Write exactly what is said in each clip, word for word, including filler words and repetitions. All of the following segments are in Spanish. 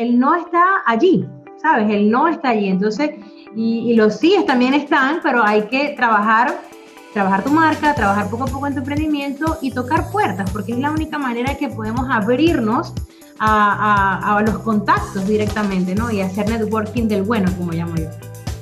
el no está allí, ¿sabes? El no está allí. Entonces, y, y los síes también están, pero hay que trabajar, trabajar tu marca, trabajar poco a poco en tu emprendimiento y tocar puertas, porque es la única manera que podemos abrirnos a, a, a los contactos directamente, ¿no? Y hacer networking del bueno, como llamo yo.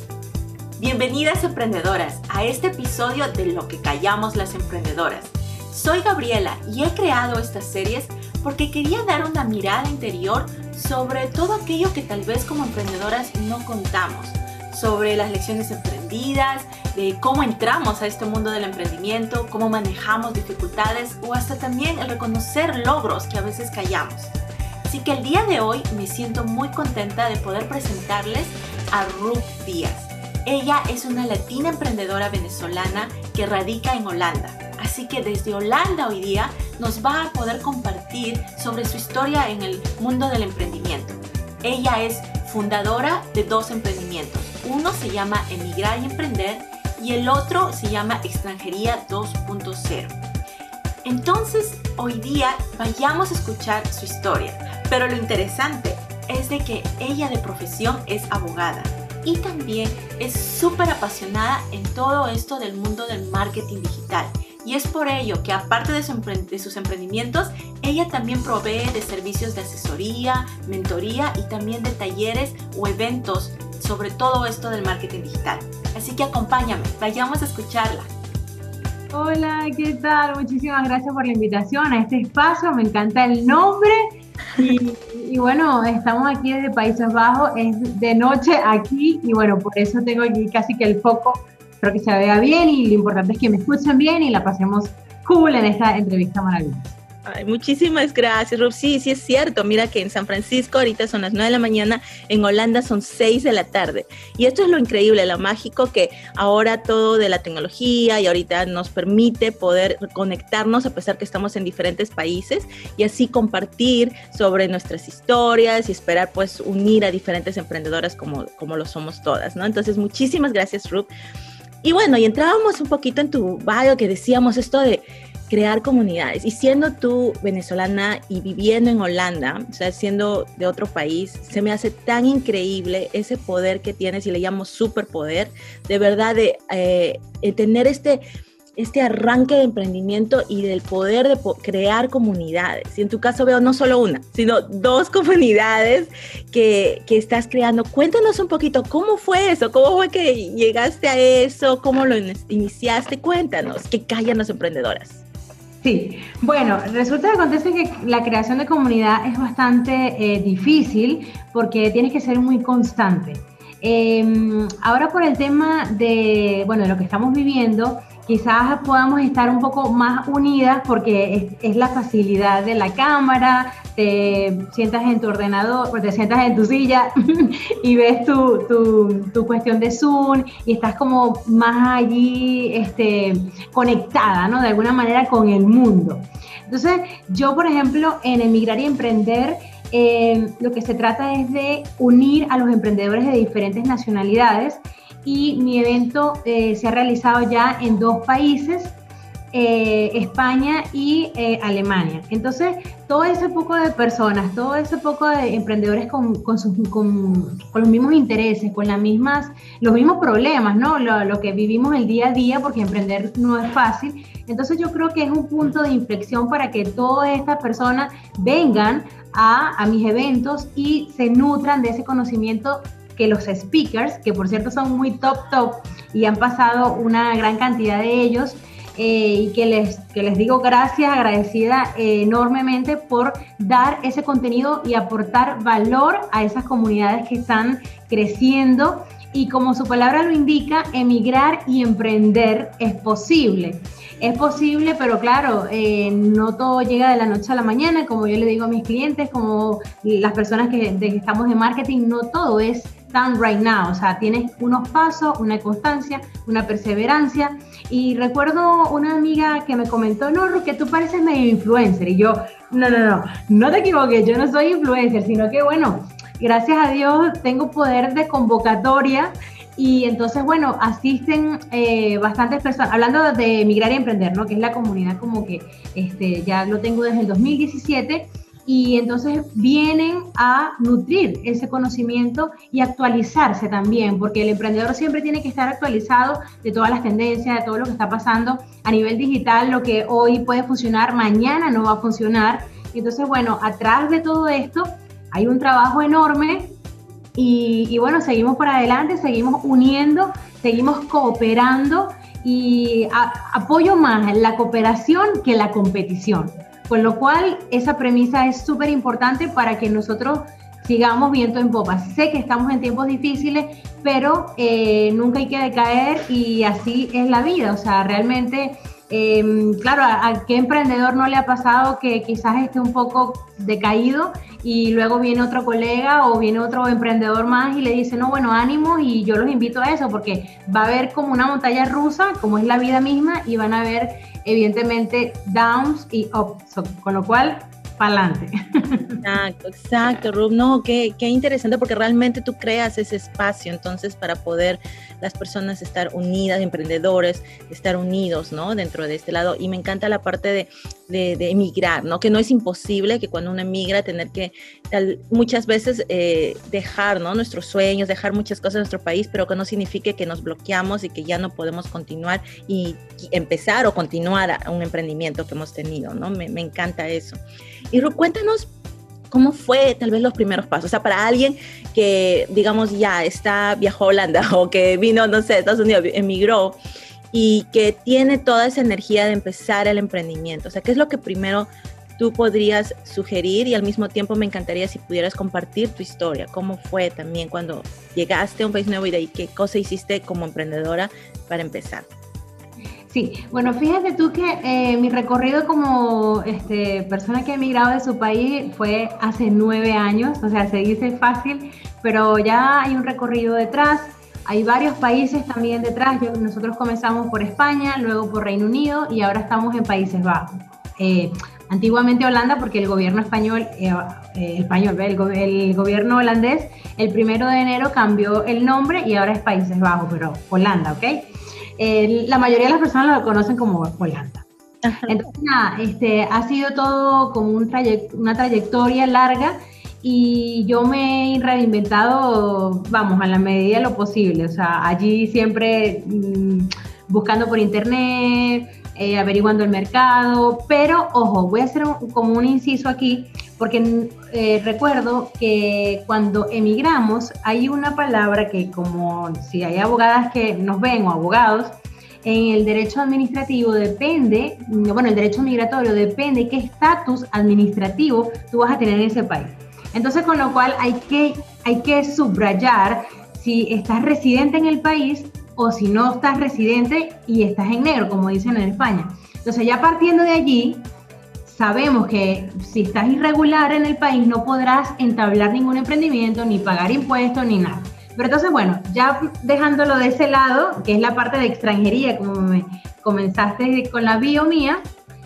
Bienvenidas emprendedoras a este episodio de Lo que callamos las emprendedoras. Soy Gabriela y he creado estas series porque quería dar una mirada interior sobre todo aquello que tal vez como emprendedoras no contamos, sobre las lecciones emprendidas, de cómo entramos a este mundo del emprendimiento, cómo manejamos dificultades o hasta también el reconocer logros que a veces callamos. Así que el día de hoy me siento muy contenta de poder presentarles a Ruth Díaz. Ella es una latina emprendedora venezolana que radica en Holanda. Así que desde Holanda hoy día nos va a poder compartir sobre su historia en el mundo del emprendimiento. Ella es fundadora de dos emprendimientos. Uno se llama Emigrar y Emprender y el otro se llama Extranjería dos punto cero. Entonces, hoy día vayamos a escuchar su historia. Pero lo interesante es de que ella de profesión es abogada y también es súper apasionada en todo esto del mundo del marketing digital. Y es por ello que aparte de, su empre- de sus emprendimientos, ella también provee de servicios de asesoría, mentoría y también de talleres o eventos sobre todo esto del marketing digital. Así que acompáñame, vayamos a escucharla. Hola, ¿qué tal? Muchísimas gracias por la invitación a este espacio, me encanta el nombre y, y bueno, estamos aquí desde Países Bajos, es de noche aquí y bueno, por eso tengo aquí casi que el foco. Espero que se vea bien y lo importante es que me escuchen bien y la pasemos cool en esta entrevista maravillosa. Ay, muchísimas gracias, Ruth. Sí, sí es cierto. Mira que en San Francisco ahorita son las nueve de la mañana, en Holanda son seis de la tarde. Y esto es lo increíble, lo mágico que ahora todo de la tecnología y ahorita nos permite poder conectarnos a pesar que estamos en diferentes países y así compartir sobre nuestras historias y esperar pues unir a diferentes emprendedoras como, como lo somos todas, ¿no? Entonces, muchísimas gracias, Ruth. Y bueno, y entrábamos un poquito en tu bio que decíamos esto de crear comunidades. Y siendo tú venezolana y viviendo en Holanda, o sea, siendo de otro país, se me hace tan increíble ese poder que tienes y le llamo superpoder, de verdad, de eh, tener este... este arranque de emprendimiento y del poder de po- crear comunidades. Y en tu caso veo no solo una, sino dos comunidades que, que estás creando. Cuéntanos un poquito, ¿cómo fue eso? ¿Cómo fue que llegaste a eso? ¿Cómo lo in- iniciaste? Cuéntanos, ¿qué callan las emprendedoras? Sí, bueno, resulta que acontece que la creación de comunidad es bastante eh, difícil porque tienes que ser muy constante. Eh, ahora por el tema de, bueno, de lo que estamos viviendo, quizás podamos estar un poco más unidas porque es, es la facilidad de la cámara, te sientas en tu ordenador, te sientas en tu silla y ves tu, tu, tu cuestión de Zoom y estás como más allí este, conectada, ¿no? De alguna manera con el mundo. Entonces, yo, por ejemplo, en Emigrar y Emprender, eh, lo que se trata es de unir a los emprendedores de diferentes nacionalidades y mi evento eh, se ha realizado ya en dos países, eh, España y eh, Alemania. Entonces, todo ese poco de personas, todo ese poco de emprendedores con, con, sus, con, con los mismos intereses, con las mismas, los mismos problemas, ¿no? Lo, lo que vivimos el día a día, porque emprender no es fácil. Entonces, yo creo que es un punto de inflexión para que todas estas personas vengan a, a mis eventos y se nutran de ese conocimiento que los speakers, que por cierto son muy top top y han pasado una gran cantidad de ellos, eh, y que les, que les digo gracias, agradecida eh, enormemente por dar ese contenido y aportar valor a esas comunidades que están creciendo. Y como su palabra lo indica, emigrar y emprender es posible. Es posible, pero claro, eh, no todo llega de la noche a la mañana, como yo le digo a mis clientes, como las personas que, de que estamos en marketing, no todo es tan right now, o sea, tienes unos pasos, una constancia, una perseverancia. Y recuerdo una amiga que me comentó, no, Ru, que tú pareces medio influencer, y yo, no, no, no, no te equivoques, yo no soy influencer, sino que bueno, gracias a Dios tengo poder de convocatoria. Y entonces, bueno, asisten eh, bastantes personas, hablando de Emigrar y Emprender, ¿no? Que es la comunidad como que este, ya lo tengo desde el dos mil diecisiete y entonces vienen a nutrir ese conocimiento y actualizarse también, porque el emprendedor siempre tiene que estar actualizado de todas las tendencias, de todo lo que está pasando a nivel digital. Lo que hoy puede funcionar, mañana no va a funcionar. Entonces, bueno, atrás de todo esto hay un trabajo enorme y, y bueno, seguimos para adelante, seguimos uniendo, seguimos cooperando y a, apoyo más la cooperación que la competición. Con lo cual, esa premisa es súper importante para que nosotros sigamos viento en popa. Sé que estamos en tiempos difíciles, pero eh, nunca hay que decaer y así es la vida. O sea, realmente, eh, claro, a, a qué emprendedor no le ha pasado que quizás esté un poco decaído y luego viene otro colega o viene otro emprendedor más y le dice, no, bueno, ánimo, y yo los invito a eso porque va a haber como una montaña rusa, como es la vida misma, y van a haber evidentemente downs y ups, so, con lo cual, para adelante. Exacto, exacto, Rub, no, qué, qué interesante porque realmente tú creas ese espacio entonces para poder las personas estar unidas, emprendedores, estar unidos, ¿no? Dentro de este lado, y me encanta la parte de, de, de emigrar, ¿no? Que no es imposible que cuando uno emigra tener que tal, muchas veces eh, dejar, ¿no? Nuestros sueños, dejar muchas cosas en nuestro país, pero que no signifique que nos bloqueamos y que ya no podemos continuar y, y empezar o continuar a un emprendimiento que hemos tenido, ¿no? Me, me encanta eso. Y Rub, cuéntanos cómo fue tal vez los primeros pasos, o sea, para alguien que, digamos, ya está, viajó a Holanda o que vino, no sé, Estados Unidos, emigró y que tiene toda esa energía de empezar el emprendimiento, o sea, ¿qué es lo que primero tú podrías sugerir? Y al mismo tiempo me encantaría si pudieras compartir tu historia, cómo fue también cuando llegaste a un país nuevo y de ahí qué cosa hiciste como emprendedora para empezar. Sí, bueno, fíjate tú que eh, mi recorrido como este, persona que ha emigrado de su país fue hace nueve años, o sea, se dice fácil, pero ya hay un recorrido detrás, hay varios países también detrás. Yo, nosotros comenzamos por España, luego por Reino Unido y ahora estamos en Países Bajos. Eh, antiguamente Holanda, porque el gobierno español, eh, eh, español el, go el gobierno holandés, el primero de enero cambió el nombre y ahora es Países Bajos, pero Holanda, ¿ok? Eh, la mayoría de las personas lo conocen como Holanda. Ajá. Entonces, nada, este, ha sido todo como un trayect una trayectoria larga y yo me he reinventado, vamos, a la medida de lo posible. O sea, allí siempre mmm, buscando por internet, eh, averiguando el mercado, pero ojo, voy a hacer un, como un inciso aquí, porque eh, recuerdo que cuando emigramos hay una palabra que, como si hay abogadas que nos ven o abogados, en el derecho administrativo depende, bueno, el derecho migratorio depende qué estatus administrativo tú vas a tener en ese país. Entonces, con lo cual hay que, hay que subrayar si estás residente en el país o si no estás residente y estás en negro, como dicen en España. Entonces, ya partiendo de allí, sabemos que si estás irregular en el país no podrás entablar ningún emprendimiento, ni pagar impuestos, ni nada. Pero entonces, bueno, ya dejándolo de ese lado, que es la parte de extranjería, como me comenzaste con la bio mía,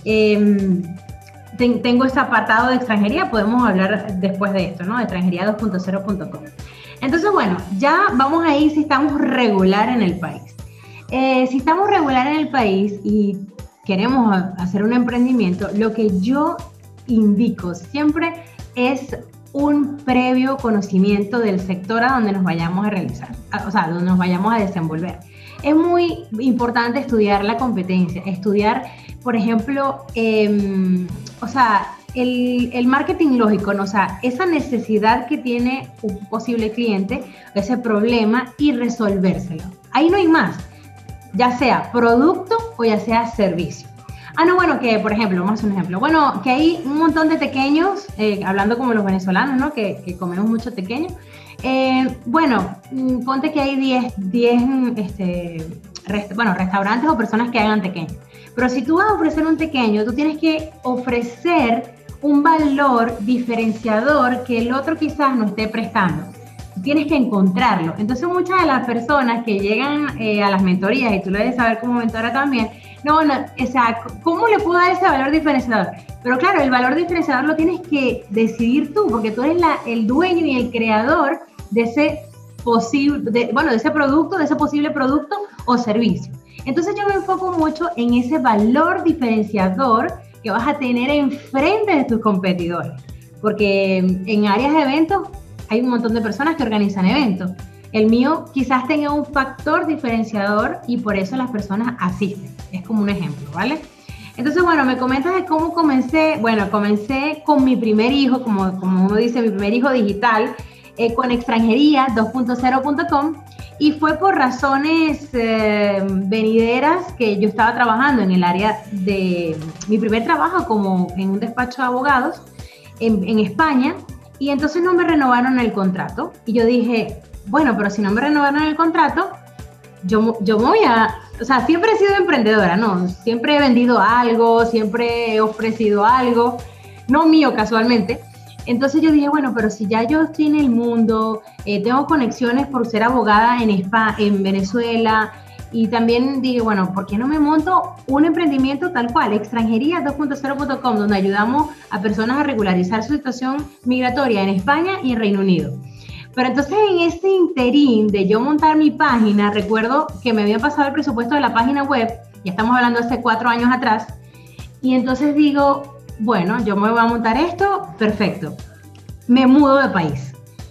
eh, ten, tengo ese apartado de extranjería, podemos hablar después de esto, ¿no? De extranjería dos punto cero punto com. Entonces, bueno, ya vamos a ir si estamos regular en el país. Eh, si estamos regular en el país y queremos hacer un emprendimiento, lo que yo indico siempre es un previo conocimiento del sector a donde nos vayamos a realizar, o sea, donde nos vayamos a desenvolver. Es muy importante estudiar la competencia, estudiar, por ejemplo, eh, o sea, el, el marketing lógico, ¿no? O sea, esa necesidad que tiene un posible cliente, ese problema, y resolvérselo. Ahí no hay más, ya sea producto o ya sea servicio. Ah, no, bueno, que por ejemplo, vamos a hacer un ejemplo. Bueno, que hay un montón de tequeños, eh, hablando como los venezolanos, ¿no? Que, que comemos mucho tequeño. Eh, bueno, ponte que hay diez, diez este, rest bueno, restaurantes o personas que hagan tequeño. Pero si tú vas a ofrecer un tequeño, tú tienes que ofrecer un valor diferenciador que el otro quizás no esté prestando. Tienes que encontrarlo. Entonces, muchas de las personas que llegan eh, a las mentorías, y tú lo debes saber como mentora también, no, no, o sea, ¿cómo le puedo dar ese valor diferenciador? Pero claro, el valor diferenciador lo tienes que decidir tú, porque tú eres la, el dueño y el creador de ese posible, de, bueno, de ese producto, de ese posible producto o servicio. Entonces yo me enfoco mucho en ese valor diferenciador que vas a tener enfrente de tus competidores. porque en áreas de eventos hay un montón de personas que organizan eventos. El mío quizás tenga un factor diferenciador y por eso las personas asisten. Es como un ejemplo, ¿vale? Entonces, bueno, me comentas de cómo comencé. Bueno, comencé con mi primer hijo, como, como uno dice, mi primer hijo digital, eh, con extranjería dos punto cero punto com, y fue por razones eh, venideras que yo estaba trabajando en el área de mi primer trabajo como en un despacho de abogados en, en España, y entonces no me renovaron el contrato. Y yo dije, bueno, pero si no me renovaron el contrato, yo, yo voy a... O sea, siempre he sido emprendedora, ¿no? Siempre he vendido algo, siempre he ofrecido algo, no mío casualmente. Entonces yo dije, bueno, pero si ya yo estoy en el mundo, eh, tengo conexiones por ser abogada en, Spa, en Venezuela, y también dije, bueno, ¿por qué no me monto un emprendimiento tal cual, extranjería dos punto cero punto com, donde ayudamos a personas a regularizar su situación migratoria en España y en Reino Unido? Pero entonces en ese interín de yo montar mi página, recuerdo que me habían pasado el presupuesto de la página web, ya estamos hablando de hace cuatro años atrás, y entonces digo, bueno, yo me voy a montar esto, perfecto, me mudo de país.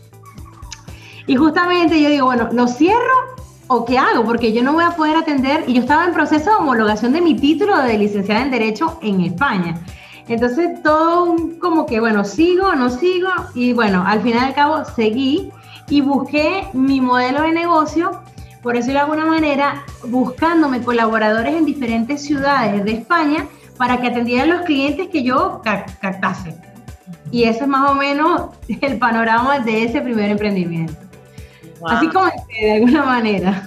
Y justamente yo digo, bueno, ¿lo cierro o qué hago? Porque yo no voy a poder atender, y yo estaba en proceso de homologación de mi título de licenciada en Derecho en España. Entonces todo como que, bueno, sigo, no sigo, y bueno, al final y al cabo seguí y busqué mi modelo de negocio, por decirlo de alguna manera, buscándome colaboradores en diferentes ciudades de España para que atendieran los clientes que yo captase. Y ese es más o menos el panorama de ese primer emprendimiento. Wow. Así como de alguna manera.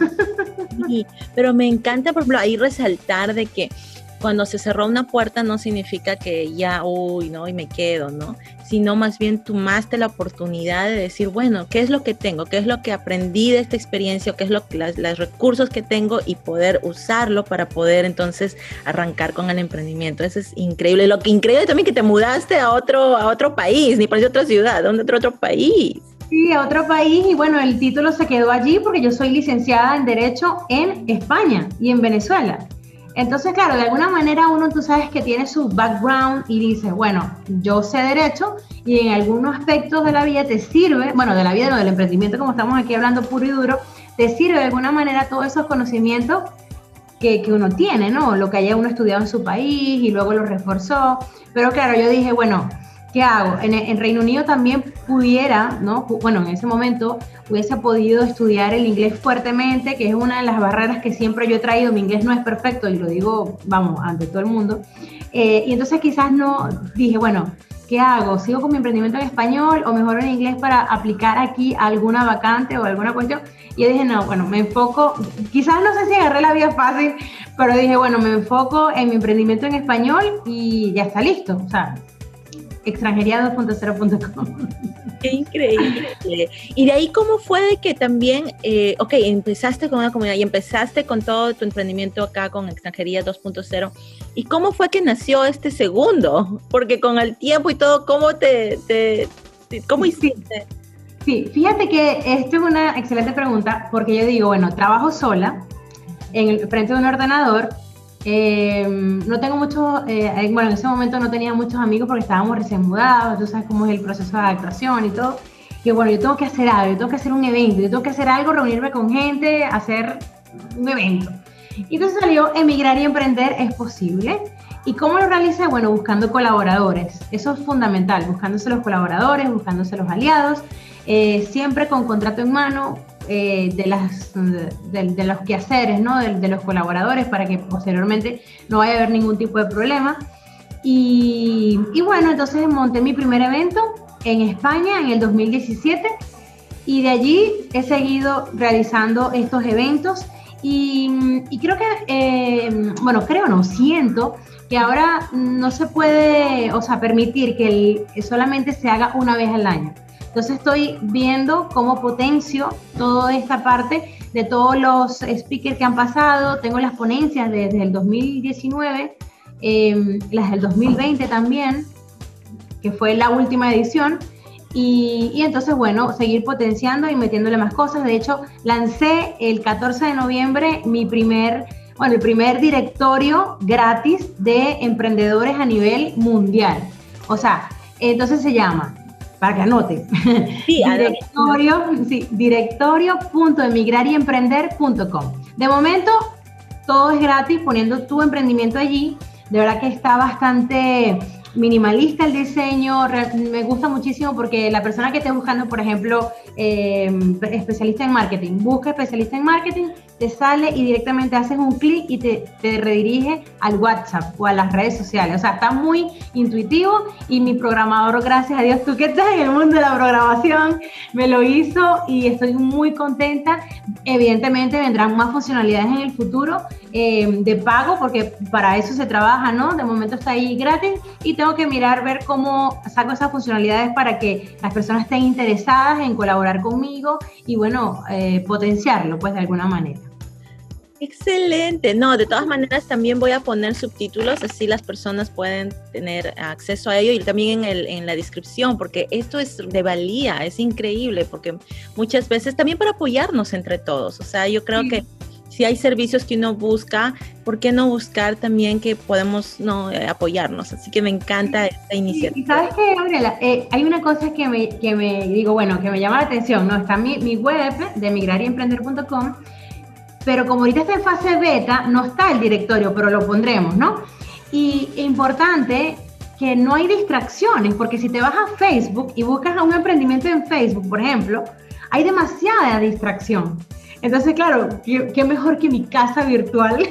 Sí, pero me encanta, por ejemplo, ahí resaltar de que cuando se cerró una puerta no significa que ya, uy, no, y me quedo, ¿no? Sino más bien tomaste la oportunidad de decir, bueno, ¿qué es lo que tengo? ¿Qué es lo que aprendí de esta experiencia? ¿Qué es lo que las, los recursos que tengo? Y poder usarlo para poder entonces arrancar con el emprendimiento. Eso es increíble. Lo que increíble también que te mudaste a otro, a otro país, ni parece otra ciudad, ¿dónde otro, otro país? Sí, a otro país, y bueno, el título se quedó allí porque yo soy licenciada en Derecho en España y en Venezuela. Entonces, claro, de alguna manera uno, tú sabes que tiene su background y dice, bueno, yo sé derecho, y en algunos aspectos de la vida te sirve, bueno, de la vida no, del emprendimiento, como estamos aquí hablando puro y duro, te sirve de alguna manera todos esos conocimientos que, que uno tiene, ¿no? Lo que haya uno estudiado en su país y luego lo reforzó. Pero claro, yo dije, bueno, ¿qué hago? En, en Reino Unido también pudiera, ¿no? Bueno, en ese momento hubiese podido estudiar el inglés fuertemente, que es una de las barreras que siempre yo he traído. Mi inglés no es perfecto, y lo digo, vamos, ante todo el mundo. Eh, y entonces quizás no, dije, bueno, ¿qué hago? ¿Sigo con mi emprendimiento en español o mejor en inglés para aplicar aquí alguna vacante o alguna cuestión? Y yo dije, no, bueno, me enfoco, quizás no sé si agarré la vía fácil, pero dije, bueno, me enfoco en mi emprendimiento en español y ya está listo, o sea, extranjería dos punto cero punto com. Qué increíble. Y de ahí, ¿cómo fue de que también, eh, ok, empezaste con una comunidad y empezaste con todo tu emprendimiento acá con Extranjería dos punto cero? ¿Y cómo fue que nació este segundo? Porque con el tiempo y todo, ¿cómo te, te, te cómo hiciste? Sí, fíjate que esta es una excelente pregunta, porque yo digo, bueno, trabajo sola en el frente de un ordenador. Eh, no tengo muchos, eh, bueno, en ese momento no tenía muchos amigos porque estábamos recién mudados, tú sabes cómo es el proceso de adaptación y todo. Y bueno, yo tengo que hacer algo, yo tengo que hacer un evento, yo tengo que hacer algo, reunirme con gente, hacer un evento. Y entonces salió Emigrar y Emprender es Posible. ¿Y cómo lo realicé? Bueno, buscando colaboradores. Eso es fundamental, buscándose los colaboradores, buscándose los aliados, eh, siempre con contrato en mano, Eh, de, las, de, de los quehaceres, ¿no? de, de los colaboradores, para que posteriormente no vaya a haber ningún tipo de problema. Y, y bueno, entonces monté mi primer evento en España en el dos mil diecisiete, y de allí he seguido realizando estos eventos, y, y creo que, eh, bueno, creo no, siento que ahora no se puede, o sea, permitir que el, solamente se haga una vez al año. Entonces estoy viendo cómo potencio toda esta parte de todos los speakers que han pasado. Tengo las ponencias desde el dos mil diecinueve, eh, las del dos mil veinte también, que fue la última edición. Y, y entonces, bueno, seguir potenciando y metiéndole más cosas. De hecho, lancé el catorce de noviembre mi primer, bueno, el primer directorio gratis de emprendedores a nivel mundial. O sea, Entonces se llama, para que anote, sí, directorio, sí, directorio punto emigrar y emprender punto com. De momento, todo es gratis, poniendo tu emprendimiento allí. De verdad que está bastante minimalista el diseño, me gusta muchísimo porque la persona que esté buscando, por ejemplo, eh, especialista en marketing, busca especialista en marketing, te sale y directamente haces un clic y te, te redirige al WhatsApp o a las redes sociales. O sea, está muy intuitivo y mi programador, gracias a Dios, tú que estás en el mundo de la programación, me lo hizo y estoy muy contenta. Evidentemente vendrán más funcionalidades en el futuro eh, de pago, porque para eso se trabaja, ¿no? De momento está ahí gratis y tengo que mirar, ver cómo saco esas funcionalidades para que las personas estén interesadas en colaborar conmigo y, bueno, eh, potenciarlo, pues, de alguna manera. Excelente. No, de todas maneras también voy a poner subtítulos, así las personas pueden tener acceso a ello y también en, el, en la descripción, porque esto es de valía, es increíble, porque muchas veces también para apoyarnos entre todos. O sea, yo creo sí. que si hay servicios que uno busca, ¿por qué no buscar también que podemos no eh, apoyarnos? Así que me encanta sí. esta iniciativa. Y sabes qué, Gabriela, eh, hay una cosa que me, que me digo, bueno, que me llama la atención, ¿no? Está mi, mi web de emigrar y emprender punto com, pero como ahorita está en fase beta, no está el directorio, pero lo pondremos, ¿no? Y importante que no hay distracciones, porque si te vas a Facebook y buscas a un emprendimiento en Facebook, por ejemplo, hay demasiada distracción. Entonces, claro, qué, qué mejor que mi casa virtual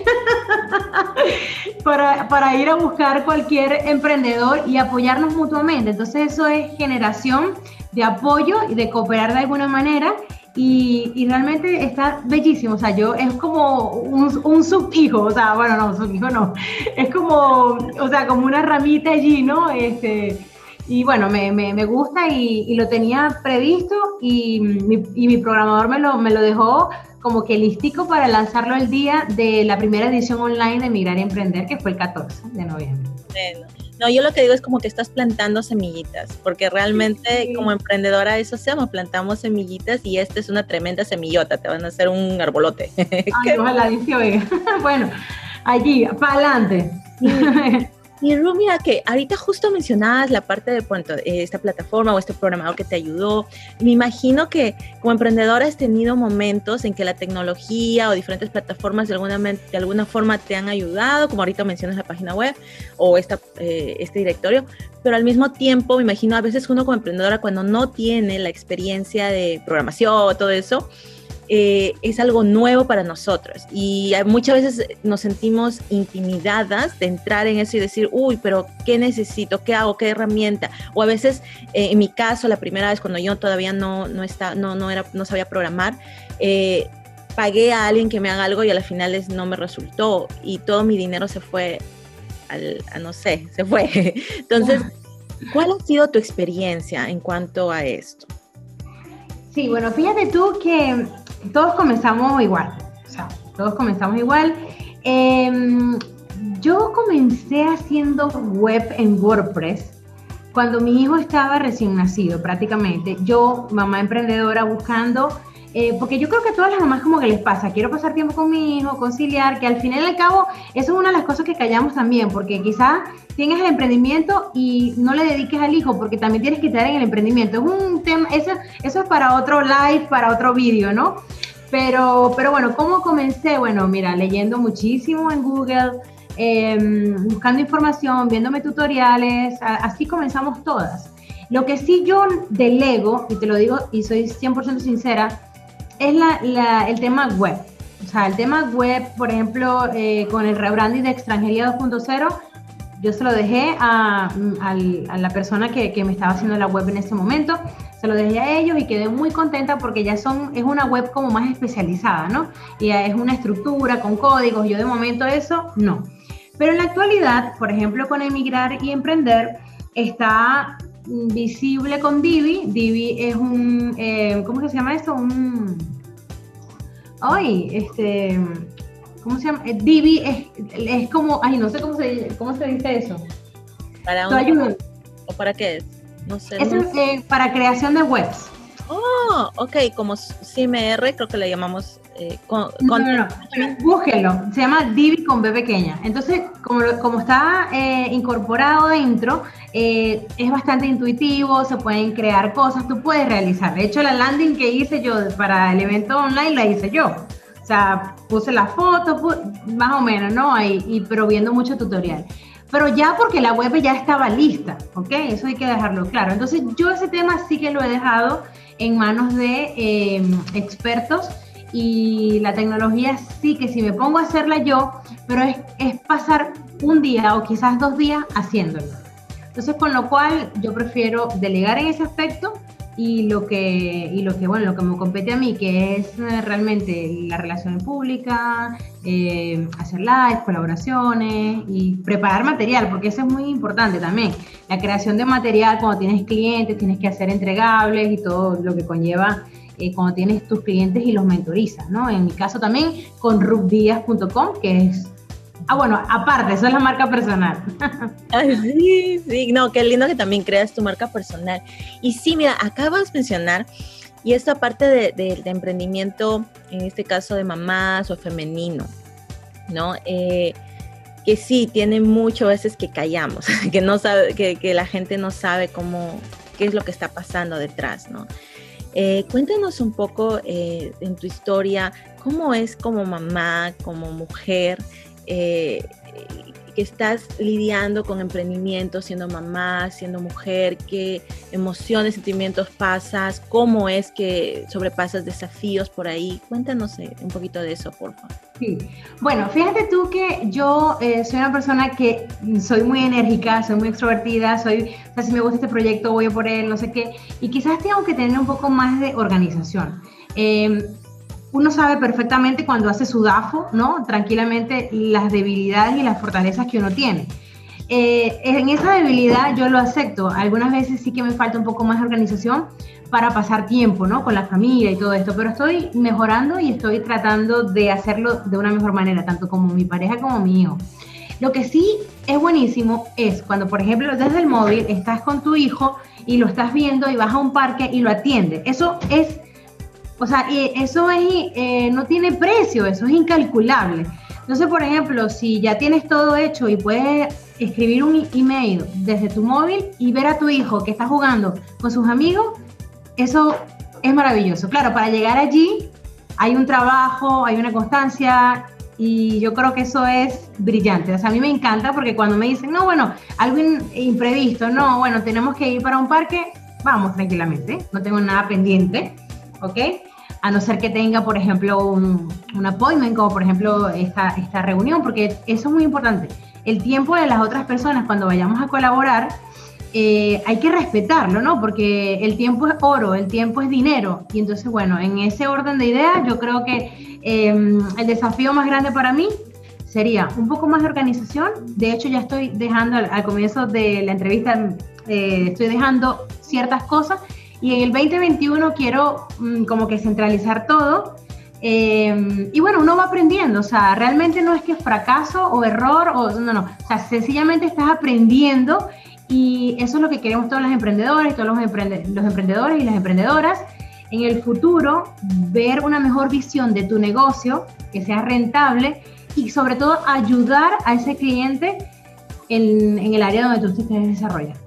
para, para ir a buscar cualquier emprendedor y apoyarnos mutuamente. Entonces, eso es generación de apoyo y de cooperar de alguna manera. Y, y realmente está bellísimo, o sea, yo es como un, un subhijo, o sea, bueno, no, subhijo no, es como, o sea, como una ramita allí, ¿no? Este, y bueno, me, me, me gusta y, y lo tenía previsto y mi, y mi programador me lo, me lo dejó como que listico para lanzarlo el día de la primera edición online de Emigrar y Emprender, que fue el catorce de noviembre. Bueno. No, yo lo que digo es como que estás plantando semillitas, porque realmente sí. como emprendedora eso hacemos, plantamos semillitas y esta es una tremenda semillota, te van a hacer un arbolote. Ay, ojalá, dice, oiga. Bueno, allí, para adelante. Sí. Y Ru, mira que ahorita justo mencionabas la parte de bueno, esta plataforma o este programador que te ayudó. Me imagino que como emprendedora has tenido momentos en que la tecnología o diferentes plataformas de alguna, de alguna forma te han ayudado, como ahorita mencionas la página web o esta, eh, este directorio, pero al mismo tiempo me imagino a veces uno como emprendedora cuando no tiene la experiencia de programación o todo eso, Eh, es algo nuevo para nosotros y muchas veces nos sentimos intimidadas de entrar en eso y decir, uy, pero ¿qué necesito? ¿Qué hago? ¿Qué herramienta? O a veces, eh, en mi caso, la primera vez cuando yo todavía no, no, está, no, no, era, no sabía programar, eh, pagué a alguien que me haga algo y a las finales no me resultó y todo mi dinero se fue, al, a no sé, se fue. Entonces, ¿cuál ha sido tu experiencia en cuanto a esto? Sí, bueno, fíjate tú que todos comenzamos igual, o sea, todos comenzamos igual. Eh, yo comencé haciendo web en WordPress cuando mi hijo estaba recién nacido prácticamente. Yo, mamá emprendedora, buscando, eh, porque yo creo que a todas las mamás como que les pasa, quiero pasar tiempo con mi hijo, conciliar, que al final y al cabo, eso es una de las cosas que callamos también, porque quizás tienes el emprendimiento y no le dediques al hijo, porque también tienes que estar en el emprendimiento. Es un tema, eso, eso es para otro live, para otro vídeo, ¿no? Pero, pero bueno, ¿cómo comencé? Bueno, mira, leyendo muchísimo en Google, eh, buscando información, viéndome tutoriales, a, así comenzamos todas. Lo que sí yo delego, y te lo digo y soy cien por ciento sincera, es la, la, el tema web. O sea, el tema web, por ejemplo, eh, con el rebranding de Extranjería dos punto cero, yo se lo dejé a, a, a la persona que, que me estaba haciendo la web en ese momento, se lo dejé a ellos y quedé muy contenta porque ya son, es una web como más especializada, ¿no? Y es una estructura con códigos, yo de momento eso, no. Pero en la actualidad, por ejemplo, con Emigrar y Emprender, está visible con Divi. Divi es un, eh, ¿cómo que se llama esto? Un, ay, este... ¿Cómo se llama? Divi es, es como, ay, no sé cómo se, cómo se dice eso. ¿Para un, ¿O para qué es? No sé. Es no eh, para creación de webs. Oh, ok, como C M R, creo que le llamamos. Eh, con, no, con... no, no, búsquenlo, se llama Divi con B pequeña. Entonces, como, como está eh, incorporado dentro, Eh, es bastante intuitivo, se pueden crear cosas, tú puedes realizar. De hecho, la landing que hice yo para el evento online la hice yo. O sea, puse la foto, pu más o menos, ¿no? Ahí, y, pero viendo mucho tutorial. Pero ya porque la web ya estaba lista, ¿ok? Eso hay que dejarlo claro. Entonces, yo ese tema sí que lo he dejado en manos de eh, expertos, y la tecnología sí que si me pongo a hacerla yo, pero es, es pasar un día o quizás dos días haciéndolo. Entonces, con lo cual yo prefiero delegar en ese aspecto y lo que, y lo que, bueno, lo que me compete a mí, que es realmente la relación pública, eh, hacer live, colaboraciones y preparar material, porque eso es muy importante también. La creación de material cuando tienes clientes, tienes que hacer entregables y todo lo que conlleva eh, cuando tienes tus clientes y los mentorizas, ¿no? En mi caso también con rubdias punto com, que es... Ah, bueno, aparte, eso es la marca personal. Ay, sí, sí, no, qué lindo que también creas tu marca personal. Y sí, mira, acabas de mencionar, y esta parte de, de, de emprendimiento, en este caso de mamás o femenino, ¿no? Eh, que sí, tiene mucho a veces que callamos, que, no sabe, que, que la gente no sabe cómo, qué es lo que está pasando detrás, ¿no? Eh, cuéntanos un poco eh, en tu historia, cómo es como mamá, como mujer, Eh, que estás lidiando con emprendimiento, siendo mamá, siendo mujer, qué emociones, sentimientos pasas, cómo es que sobrepasas desafíos por ahí. Cuéntanos eh, un poquito de eso, por favor. Sí, bueno, fíjate tú que yo eh, soy una persona que soy muy enérgica, soy muy extrovertida, soy, o sea, si me gusta este proyecto voy por él, no sé qué, y quizás tengo que tener un poco más de organización. Eh, Uno sabe perfectamente cuando hace su D A F O, ¿no? Tranquilamente las debilidades y las fortalezas que uno tiene. Eh, en esa debilidad yo lo acepto. Algunas veces sí que me falta un poco más de organización para pasar tiempo, ¿no? Con la familia y todo esto, pero estoy mejorando y estoy tratando de hacerlo de una mejor manera, tanto como mi pareja como mi hijo. Lo que sí es buenísimo es cuando, por ejemplo, desde el móvil estás con tu hijo y lo estás viendo y vas a un parque y lo atiendes. Eso es... O sea, eso es, eh, no tiene precio, eso es incalculable. Entonces, por ejemplo, si ya tienes todo hecho y puedes escribir un email desde tu móvil y ver a tu hijo que está jugando con sus amigos, eso es maravilloso. Claro, para llegar allí hay un trabajo, hay una constancia y yo creo que eso es brillante. O sea, a mí me encanta porque cuando me dicen, no, bueno, algo imprevisto, no, bueno, tenemos que ir para un parque, vamos tranquilamente, no tengo nada pendiente, ¿ok? A no ser que tenga, por ejemplo, un, un appointment, como por ejemplo esta, esta reunión, porque eso es muy importante. El tiempo de las otras personas cuando vayamos a colaborar, eh, hay que respetarlo, ¿no? Porque el tiempo es oro, el tiempo es dinero. Y entonces, bueno, en ese orden de ideas, yo creo que eh, el desafío más grande para mí sería un poco más de organización. De hecho, ya estoy dejando, al, al comienzo de la entrevista, eh, estoy dejando ciertas cosas. Y en el veinte veintiuno quiero mmm, como que centralizar todo. Eh, y bueno, uno va aprendiendo. O sea, realmente no es que fracaso o error, o no, no. O sea, sencillamente estás aprendiendo y eso es lo que queremos todos los emprendedores, todos los, emprende los emprendedores y las emprendedoras. En el futuro, ver una mejor visión de tu negocio, que sea rentable y sobre todo ayudar a ese cliente en, en el área donde tú te estés desarrollando.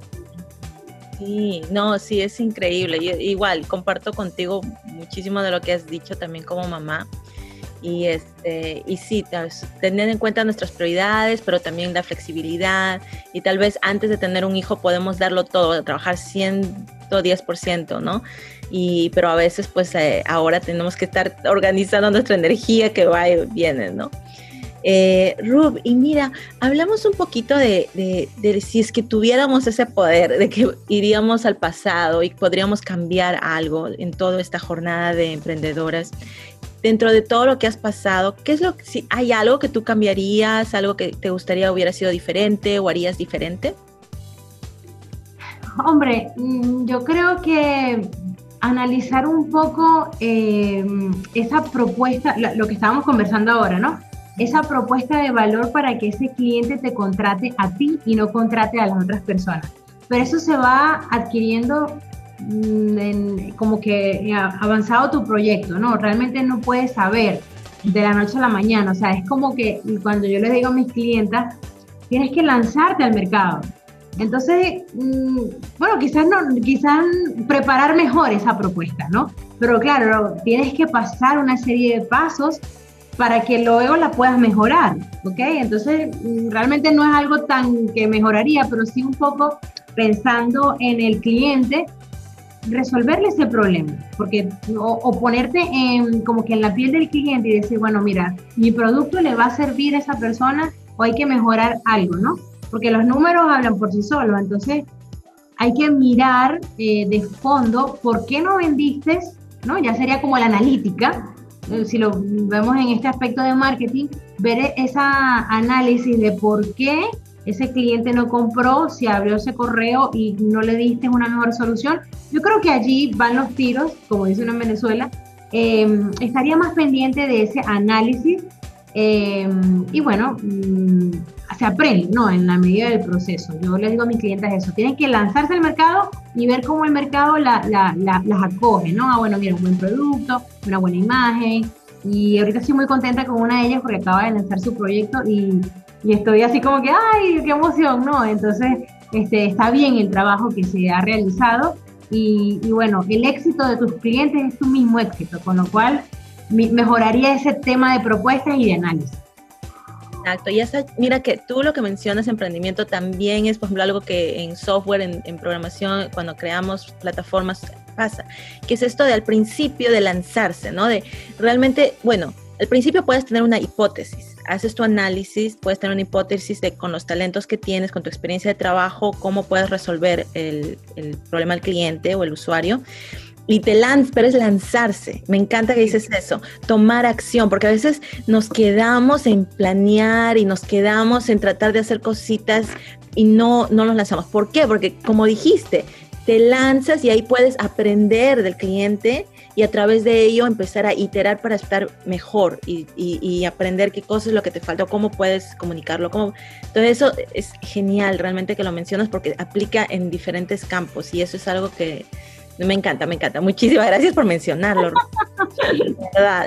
Sí, no, sí, es increíble. Yo, igual, comparto contigo muchísimo de lo que has dicho también como mamá. Y, este, y sí, tener en cuenta nuestras prioridades, pero también la flexibilidad. Y tal vez antes de tener un hijo podemos darlo todo, trabajar ciento diez por ciento, ¿no? Y, pero a veces, pues, eh, ahora tenemos que estar organizando nuestra energía que va y viene, ¿no? Eh, Rub, y mira, hablamos un poquito de, de, de si es que tuviéramos ese poder, de que iríamos al pasado y podríamos cambiar algo en toda esta jornada de emprendedoras. Dentro de todo lo que has pasado, ¿qué es lo que, si hay algo que tú cambiarías, algo que te gustaría hubiera sido diferente o harías diferente? Hombre, yo creo que analizar un poco eh, esa propuesta, lo que estábamos conversando ahora, ¿no? Esa propuesta de valor para que ese cliente te contrate a ti y no contrate a las otras personas. Pero eso se va adquiriendo mmm, en, como que avanzado tu proyecto, ¿no? Realmente no puedes saber de la noche a la mañana. O sea, es como que cuando yo les digo a mis clientas, tienes que lanzarte al mercado. Entonces, bueno, quizás no, quizás preparar mejor esa propuesta, ¿no? Pero claro, tienes que pasar una serie de pasos para que luego la puedas mejorar, ¿ok? Entonces, realmente no es algo tan que mejoraría, pero sí un poco pensando en el cliente, resolverle ese problema, porque o, o ponerte en, como que en la piel del cliente y decir, bueno, mira, mi producto le va a servir a esa persona o hay que mejorar algo, ¿no? Porque los números hablan por sí solos, entonces hay que mirar eh, de fondo por qué no vendiste, ¿no? Ya sería como la analítica, eh, si lo vemos en este aspecto de marketing, ver esa análisis de por qué ese cliente no compró, si abrió ese correo y no le diste una mejor solución. Yo creo que allí van los tiros, como dice uno en Venezuela. Eh, estaría más pendiente de ese análisis eh, y bueno, mmm, se aprende, ¿no? En la medida del proceso. Yo les digo a mis clientes eso, tienen que lanzarse al mercado y ver cómo el mercado la, la, la, las acoge, ¿no? Ah, bueno, mira, un buen producto, una buena imagen, y ahorita estoy muy contenta con una de ellas porque acaba de lanzar su proyecto y Y estoy así como que, ¡ay, qué emoción! ¿No? Entonces, este, está bien el trabajo que se ha realizado y, y bueno, el éxito de tus clientes es tu mismo éxito, con lo cual mi, mejoraría ese tema de propuestas y de análisis. Exacto, y esa, mira que tú lo que mencionas, emprendimiento, también es, por ejemplo, algo que en software, en, en programación, cuando creamos plataformas pasa, que es esto de al principio de lanzarse, ¿no? De realmente, bueno, al principio puedes tener una hipótesis, haces tu análisis, puedes tener una hipótesis de con los talentos que tienes, con tu experiencia de trabajo, cómo puedes resolver el, el problema del cliente o el usuario, y te lanzas, pero es lanzarse. Me encanta que dices eso, tomar acción, porque a veces nos quedamos en planear y nos quedamos en tratar de hacer cositas y no, no nos lanzamos. ¿Por qué? Porque como dijiste, te lanzas y ahí puedes aprender del cliente y a través de ello empezar a iterar para estar mejor y, y, y aprender qué cosa es lo que te falta, cómo puedes comunicarlo. Cómo... Entonces eso es genial realmente que lo mencionas porque aplica en diferentes campos y eso es algo que me encanta, me encanta. Muchísimas gracias por mencionarlo, Ru. ¿Verdad?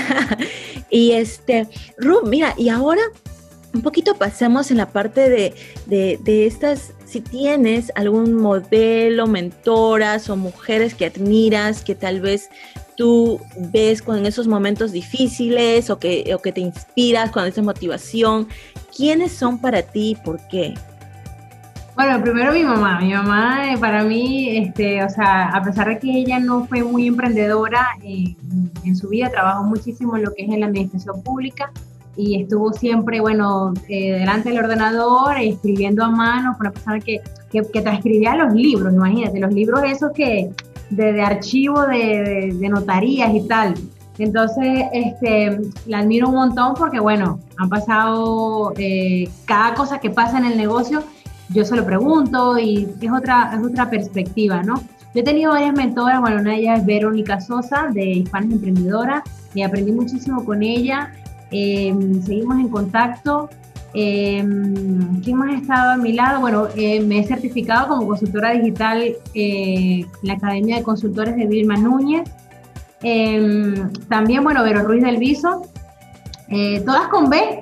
Y este, Ru, mira, y ahora un poquito pasemos en la parte de, de, de estas, si tienes algún modelo, mentoras o mujeres que admiras, que tal vez tú ves con esos momentos difíciles o que, o que te inspiras con esa motivación, ¿quiénes son para ti y por qué? Bueno, primero mi mamá. Mi mamá eh, para mí, este, o sea, a pesar de que ella no fue muy emprendedora eh, en su vida, trabajó muchísimo en lo que es en la administración pública, y estuvo siempre, bueno, eh, delante del ordenador, escribiendo a mano. Fue una persona que, que, que transcribía los libros, imagínate, los libros esos que de, de archivo, de, de, de notarías y tal. Entonces, este, la admiro un montón porque, bueno, han pasado, eh, cada cosa que pasa en el negocio, yo se lo pregunto y es otra, es otra perspectiva, ¿no? Yo he tenido varias mentoras, bueno, una de ellas es Verónica Sosa, de Hispanas Emprendedoras, y aprendí muchísimo con ella. Eh, seguimos en contacto. Eh, ¿Quién más ha estado a mi lado? Bueno, eh, me he certificado como consultora digital eh, en la Academia de Consultores de Vilma Núñez. Eh, también, bueno, Vero Ruiz del Viso. Eh, todas con B.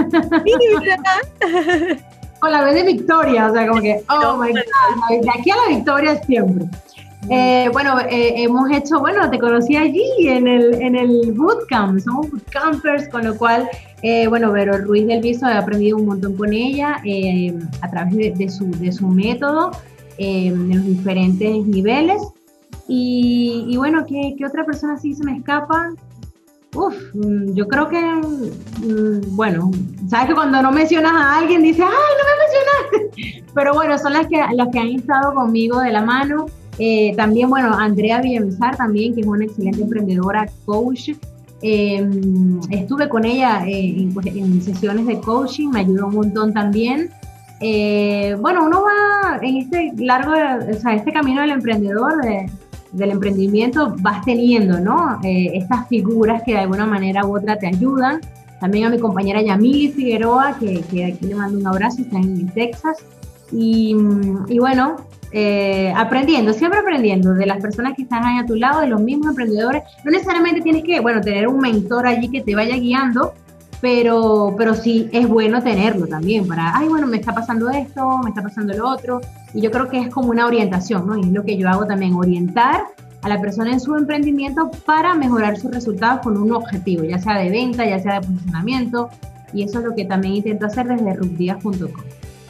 Con la B de Victoria, o sea, como que, oh my God, de aquí a la victoria siempre. Eh, bueno, eh, hemos hecho, bueno, te conocí allí en el, en el bootcamp, somos bootcampers, con lo cual, eh, bueno, Vero Ruiz del Viso, he aprendido un montón con ella eh, a través de, de, su, de su método, eh, en los diferentes niveles. Y, y bueno, ¿qué, ¿qué otra persona sí se me escapa? Uf, yo creo que, bueno, sabes que cuando no mencionas a alguien dices, ¡ay, no me mencionaste! Pero bueno, son las que, las que han estado conmigo de la mano. Eh, también, bueno, Andrea Villamizar también, que es una excelente emprendedora, coach. Eh, estuve con ella eh, en, en sesiones de coaching, me ayudó un montón también. Eh, bueno, uno va en este largo, o sea, este camino del emprendedor, de, del emprendimiento, vas teniendo, ¿no? Eh, estas figuras que de alguna manera u otra te ayudan. También a mi compañera Yamili Figueroa, que, que aquí le mando un abrazo, está en Texas. Y, y bueno, eh, aprendiendo, siempre aprendiendo de las personas que están ahí a tu lado, de los mismos emprendedores. No necesariamente tienes que, bueno, tener un mentor allí que te vaya guiando, pero, pero sí es bueno tenerlo también para, ay, bueno, me está pasando esto, me está pasando lo otro, y yo creo que es como una orientación, ¿no? Y es lo que yo hago también, orientar a la persona en su emprendimiento para mejorar sus resultados con un objetivo, ya sea de venta, ya sea de posicionamiento, y eso es lo que también intento hacer desde rubdias punto com.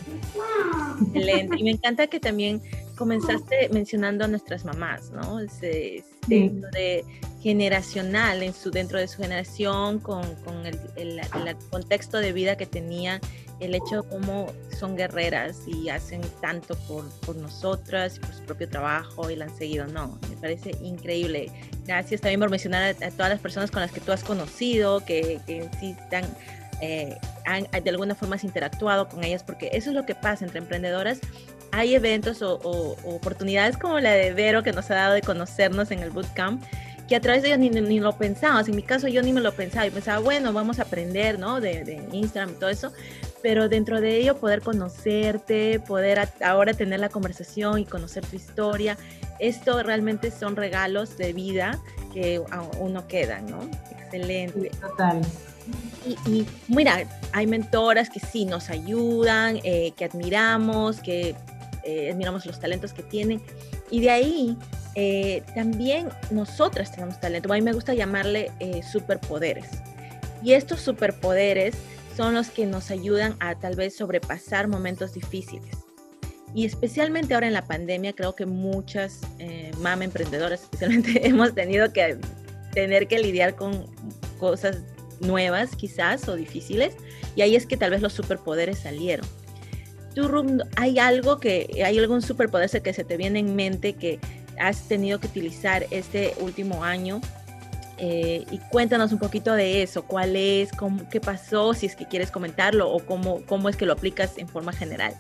Excelente, y me encanta que también comenzaste mencionando a nuestras mamás, ¿no? Ese, ese sí. de generacional en su, dentro de su generación, con, con el, el, el contexto de vida que tenían, el hecho de cómo son guerreras y hacen tanto por, por nosotras y por su propio trabajo y la han seguido. No, me parece increíble. Gracias también por mencionar a, a todas las personas con las que tú has conocido, que, que sí están, eh, han, de alguna forma has interactuado con ellas, porque eso es lo que pasa entre emprendedoras. Hay eventos o, o, o oportunidades como la de Vero, que nos ha dado de conocernos en el bootcamp, que a través de ellos ni, ni lo pensábamos. En mi caso yo ni me lo pensaba, yo pensaba, bueno, vamos a aprender, ¿no? De, de Instagram y todo eso, pero dentro de ello poder conocerte, poder a, ahora tener la conversación y conocer tu historia, esto realmente son regalos de vida que a uno quedan, ¿no? Excelente. Total. Y, y mira, hay mentoras que sí nos ayudan, eh, que admiramos, que eh, admiramos los talentos que tienen, y de ahí Eh, también nosotras tenemos talento. A mí me gusta llamarle eh, superpoderes, y estos superpoderes son los que nos ayudan a tal vez sobrepasar momentos difíciles, y especialmente ahora en la pandemia creo que muchas eh, mama emprendedoras especialmente hemos tenido que tener que lidiar con cosas nuevas quizás o difíciles, y ahí es que tal vez los superpoderes salieron. ¿Tú, Rum, hay algo que, hay algún superpoder que se te viene en mente que has tenido que utilizar este último año? Eh, y cuéntanos un poquito de eso. ¿Cuál es? Cómo, ¿Qué pasó? Si es que quieres comentarlo, o cómo, cómo es que lo aplicas en forma general.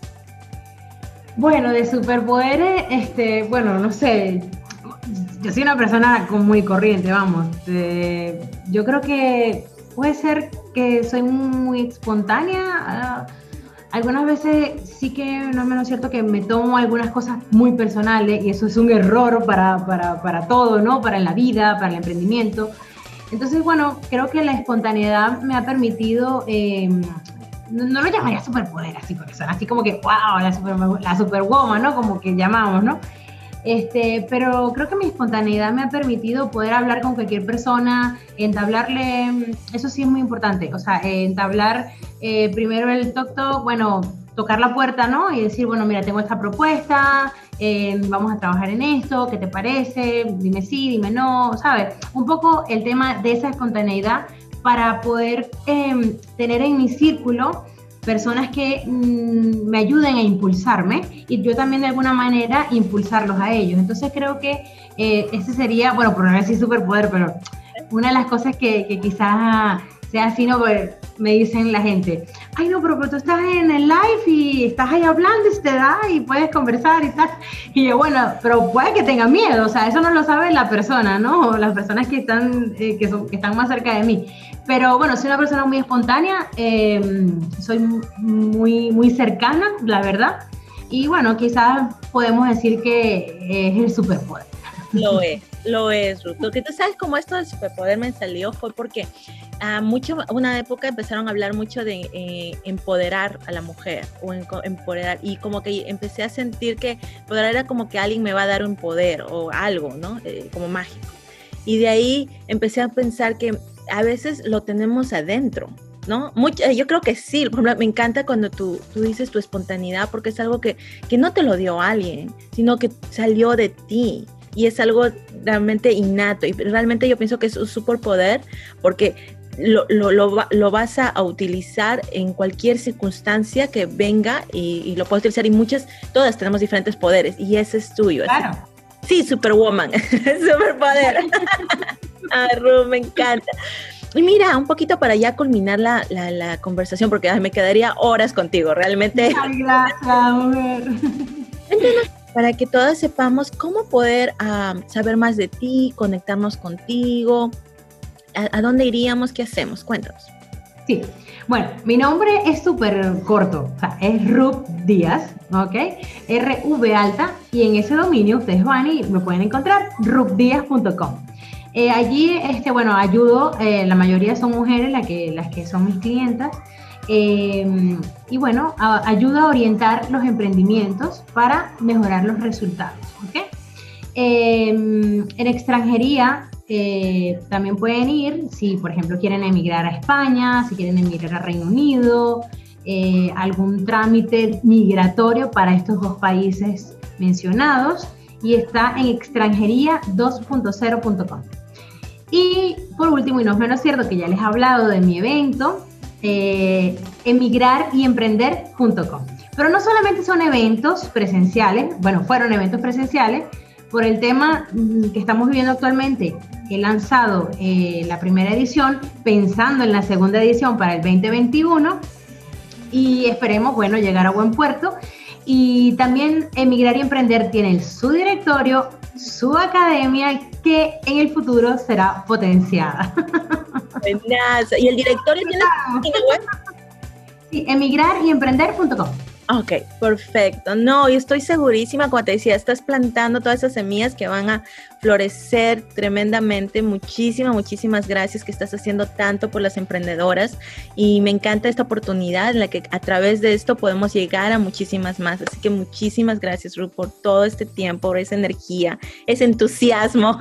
Bueno, de superpoderes, este, bueno, no sé, yo soy una persona muy corriente, vamos. Eh, yo creo que puede ser que soy muy espontánea. Uh, Algunas veces sí que no es menos cierto que me tomo algunas cosas muy personales, y eso es un error para, para, para todo, ¿no? Para la vida, para el emprendimiento. Entonces, bueno, creo que la espontaneidad me ha permitido, eh, no, no lo llamaría superpoder, así, porque son así como que, wow, la, super, la superwoman, ¿no? Como que llamamos, ¿no? Este, pero creo que mi espontaneidad me ha permitido poder hablar con cualquier persona, entablarle, eso sí es muy importante, o sea, entablar eh, primero el toc toc, bueno, tocar la puerta, ¿no? Y decir, bueno, mira, tengo esta propuesta, eh, vamos a trabajar en esto, ¿qué te parece? Dime sí, dime no, ¿sabes? Un poco el tema de esa espontaneidad para poder eh, tener en mi círculo personas que mmm, me ayuden a impulsarme, y yo también de alguna manera impulsarlos a ellos. Entonces creo que eh, ese sería, bueno, por no decir superpoder, pero una de las cosas que, que quizás sea así, ¿no? Porque me dicen la gente, ay no, pero, pero tú estás en el live y estás ahí hablando y se te da y puedes conversar y tal. Y yo, bueno, pero puede que tenga miedo, o sea, eso no lo sabe la persona, ¿no? O las personas que están, eh, que, son, que están más cerca de mí. Pero bueno, soy una persona muy espontánea, eh, soy muy, muy cercana, la verdad. Y bueno, quizás podemos decir que es el superpoder. Lo es, lo es, Ruth. Porque tú sabes cómo esto del superpoder me salió fue porque a mucho, una época empezaron a hablar mucho de eh, empoderar a la mujer, o en, empoderar, y como que empecé a sentir que empoderar era como que alguien me va a dar un poder o algo, ¿no? Eh, como mágico. Y de ahí empecé a pensar que a veces lo tenemos adentro, ¿no? Mucho, yo creo que sí. Por ejemplo, me encanta cuando tú, tú dices tu espontaneidad, porque es algo que, que no te lo dio alguien, sino que salió de ti, y es algo realmente innato, y realmente yo pienso que es un superpoder, porque lo, lo, lo, lo vas a, a utilizar en cualquier circunstancia que venga, y, y lo puedes utilizar, y muchas, todas tenemos diferentes poderes, y ese es tuyo. Claro. Así. Sí, superwoman, superpoder. Ah, Ru, me encanta. Y mira, un poquito para ya culminar la, la, la conversación, porque ay, me quedaría horas contigo, realmente. Ay, gracias, mujer. Entonces, para que todas sepamos cómo poder uh, saber más de ti, conectarnos contigo, ¿a, a dónde iríamos? ¿Qué hacemos? Cuéntanos. Sí, bueno, mi nombre es súper corto, o sea, es Rub Díaz, ¿ok? R V alta, y en ese dominio ustedes van y me pueden encontrar, rubdias punto com. Eh, allí, este, bueno, ayudo, eh, la mayoría son mujeres las que, las que son mis clientas, eh, y bueno, a, ayudo a orientar los emprendimientos para mejorar los resultados, ¿ok? Eh, en extranjería eh, también pueden ir, si por ejemplo quieren emigrar a España, si quieren emigrar a Reino Unido, eh, algún trámite migratorio para estos dos países mencionados, y está en extranjería dos punto cero punto com. Y por último, y no es menos cierto, que ya les he hablado de mi evento, eh, emigrar y emprender punto com. Pero no solamente son eventos presenciales, bueno, fueron eventos presenciales, por el tema que estamos viviendo actualmente. He lanzado eh, la primera edición pensando en la segunda edición para el veinte veintiuno y esperemos, bueno, llegar a buen puerto. Y también Emigrar y Emprender tiene su directorio, su academia, que en el futuro será potenciada. Buenazo. ¿Y el directorio tiene página web? Sí, emigrar y emprender punto com. Ok, perfecto. No, y estoy segurísima, como te decía, estás plantando todas esas semillas que van a florecer tremendamente. Muchísimas, muchísimas gracias, que estás haciendo tanto por las emprendedoras, y me encanta esta oportunidad en la que a través de esto podemos llegar a muchísimas más. Así que muchísimas gracias, Ruth, por todo este tiempo, por esa energía, ese entusiasmo.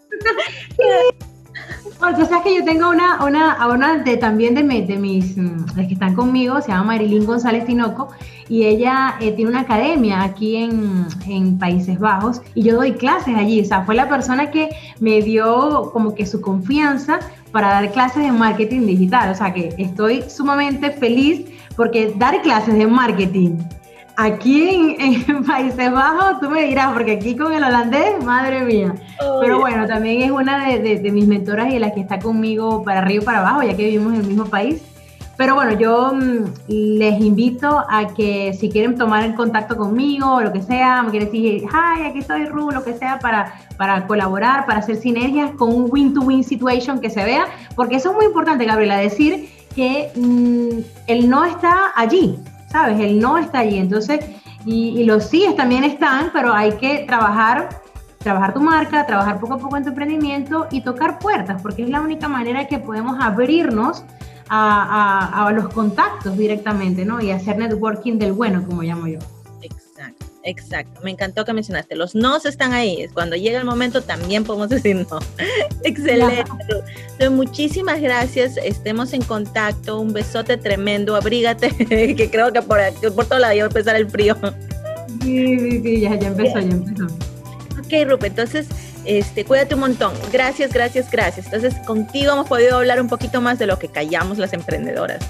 Bueno, tú sabes que yo tengo una, una, una de, también de, mi, de mis, las que están conmigo, se llama Marilyn González Tinoco, y ella eh, tiene una academia aquí en, en Países Bajos, y yo doy clases allí. O sea, fue la persona que me dio como que su confianza para dar clases de marketing digital. O sea, que estoy sumamente feliz, porque dar clases de marketing aquí en, en Países Bajos, tú me dirás, porque aquí con el holandés, madre mía. Oh, Pero bueno, también es una de, de, de mis mentoras y de las que está conmigo para arriba y para abajo, ya que vivimos en el mismo país. Pero bueno, yo mmm, les invito a que si quieren tomar el contacto conmigo o lo que sea, me quieren decir, hi, aquí estoy Ru, lo que sea, para, para colaborar, para hacer sinergias con un win-to-win situation que se vea, porque eso es muy importante, Gabriela, decir que mmm, el no está allí, ¿sabes? El no está allí. Entonces, y, y los síes también están, pero hay que trabajar, trabajar tu marca, trabajar poco a poco en tu emprendimiento y tocar puertas, porque es la única manera que podemos abrirnos a, a, a los contactos directamente, ¿no? Y hacer networking del bueno, como llamo yo. Exacto, exacto. Me encantó que mencionaste. Los nos están ahí. Cuando llega el momento también podemos decir no. Excelente. Entonces, muchísimas gracias. Estemos en contacto. Un besote tremendo. Abrígate, que creo que por, por todo lado ya va a empezar el frío. Sí, sí, sí. Ya, ya empezó, ya empezó. Ok, Rupe. Entonces, este, cuídate un montón. Gracias, gracias, gracias. Entonces, contigo hemos podido hablar un poquito más de lo que callamos las emprendedoras.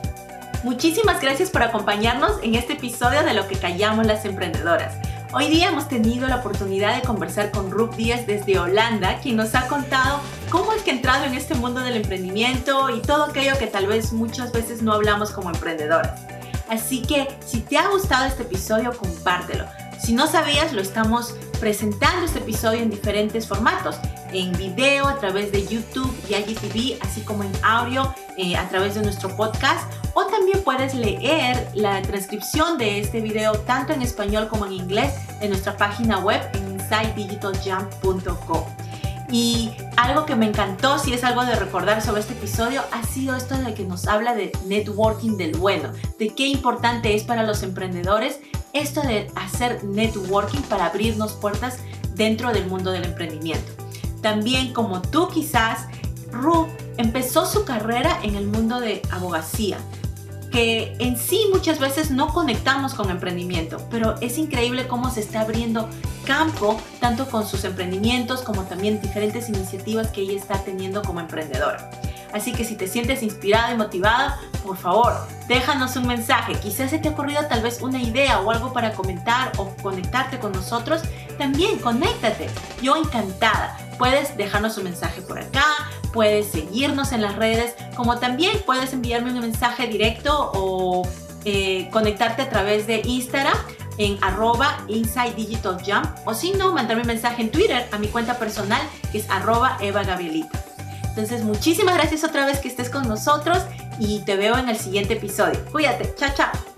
Muchísimas gracias por acompañarnos en este episodio de Lo que callamos las emprendedoras. Hoy día hemos tenido la oportunidad de conversar con Ruth Díaz desde Holanda, quien nos ha contado cómo es que ha entrado en este mundo del emprendimiento y todo aquello que tal vez muchas veces no hablamos como emprendedoras. Así que si te ha gustado este episodio, compártelo. Si no sabías, lo estamos presentando este episodio en diferentes formatos, en video, a través de YouTube y I G T V, así como en audio eh, a través de nuestro podcast, o también puedes leer la transcripción de este video tanto en español como en inglés en nuestra página web en inside digital jump punto com. Y algo que me encantó, si es algo de recordar sobre este episodio, ha sido esto de que nos habla de networking del bueno, de qué importante es para los emprendedores esto de hacer networking para abrirnos puertas dentro del mundo del emprendimiento. También, como tú quizás, Ru empezó su carrera en el mundo de abogacía, que en sí muchas veces no conectamos con emprendimiento, pero es increíble cómo se está abriendo campo tanto con sus emprendimientos como también diferentes iniciativas que ella está teniendo como emprendedora. Así que si te sientes inspirada y motivada, por favor, déjanos un mensaje. Quizás se te ha ocurrido tal vez una idea o algo para comentar o conectarte con nosotros. También conéctate. Yo encantada. Puedes dejarnos un mensaje por acá, puedes seguirnos en las redes, como también puedes enviarme un mensaje directo o eh, conectarte a través de Instagram en arroba inside digital jump, o si no, mandarme un mensaje en Twitter a mi cuenta personal que es arroba Eva Gabrielita. Entonces, muchísimas gracias otra vez que estés con nosotros y te veo en el siguiente episodio. Cuídate, chao, chao.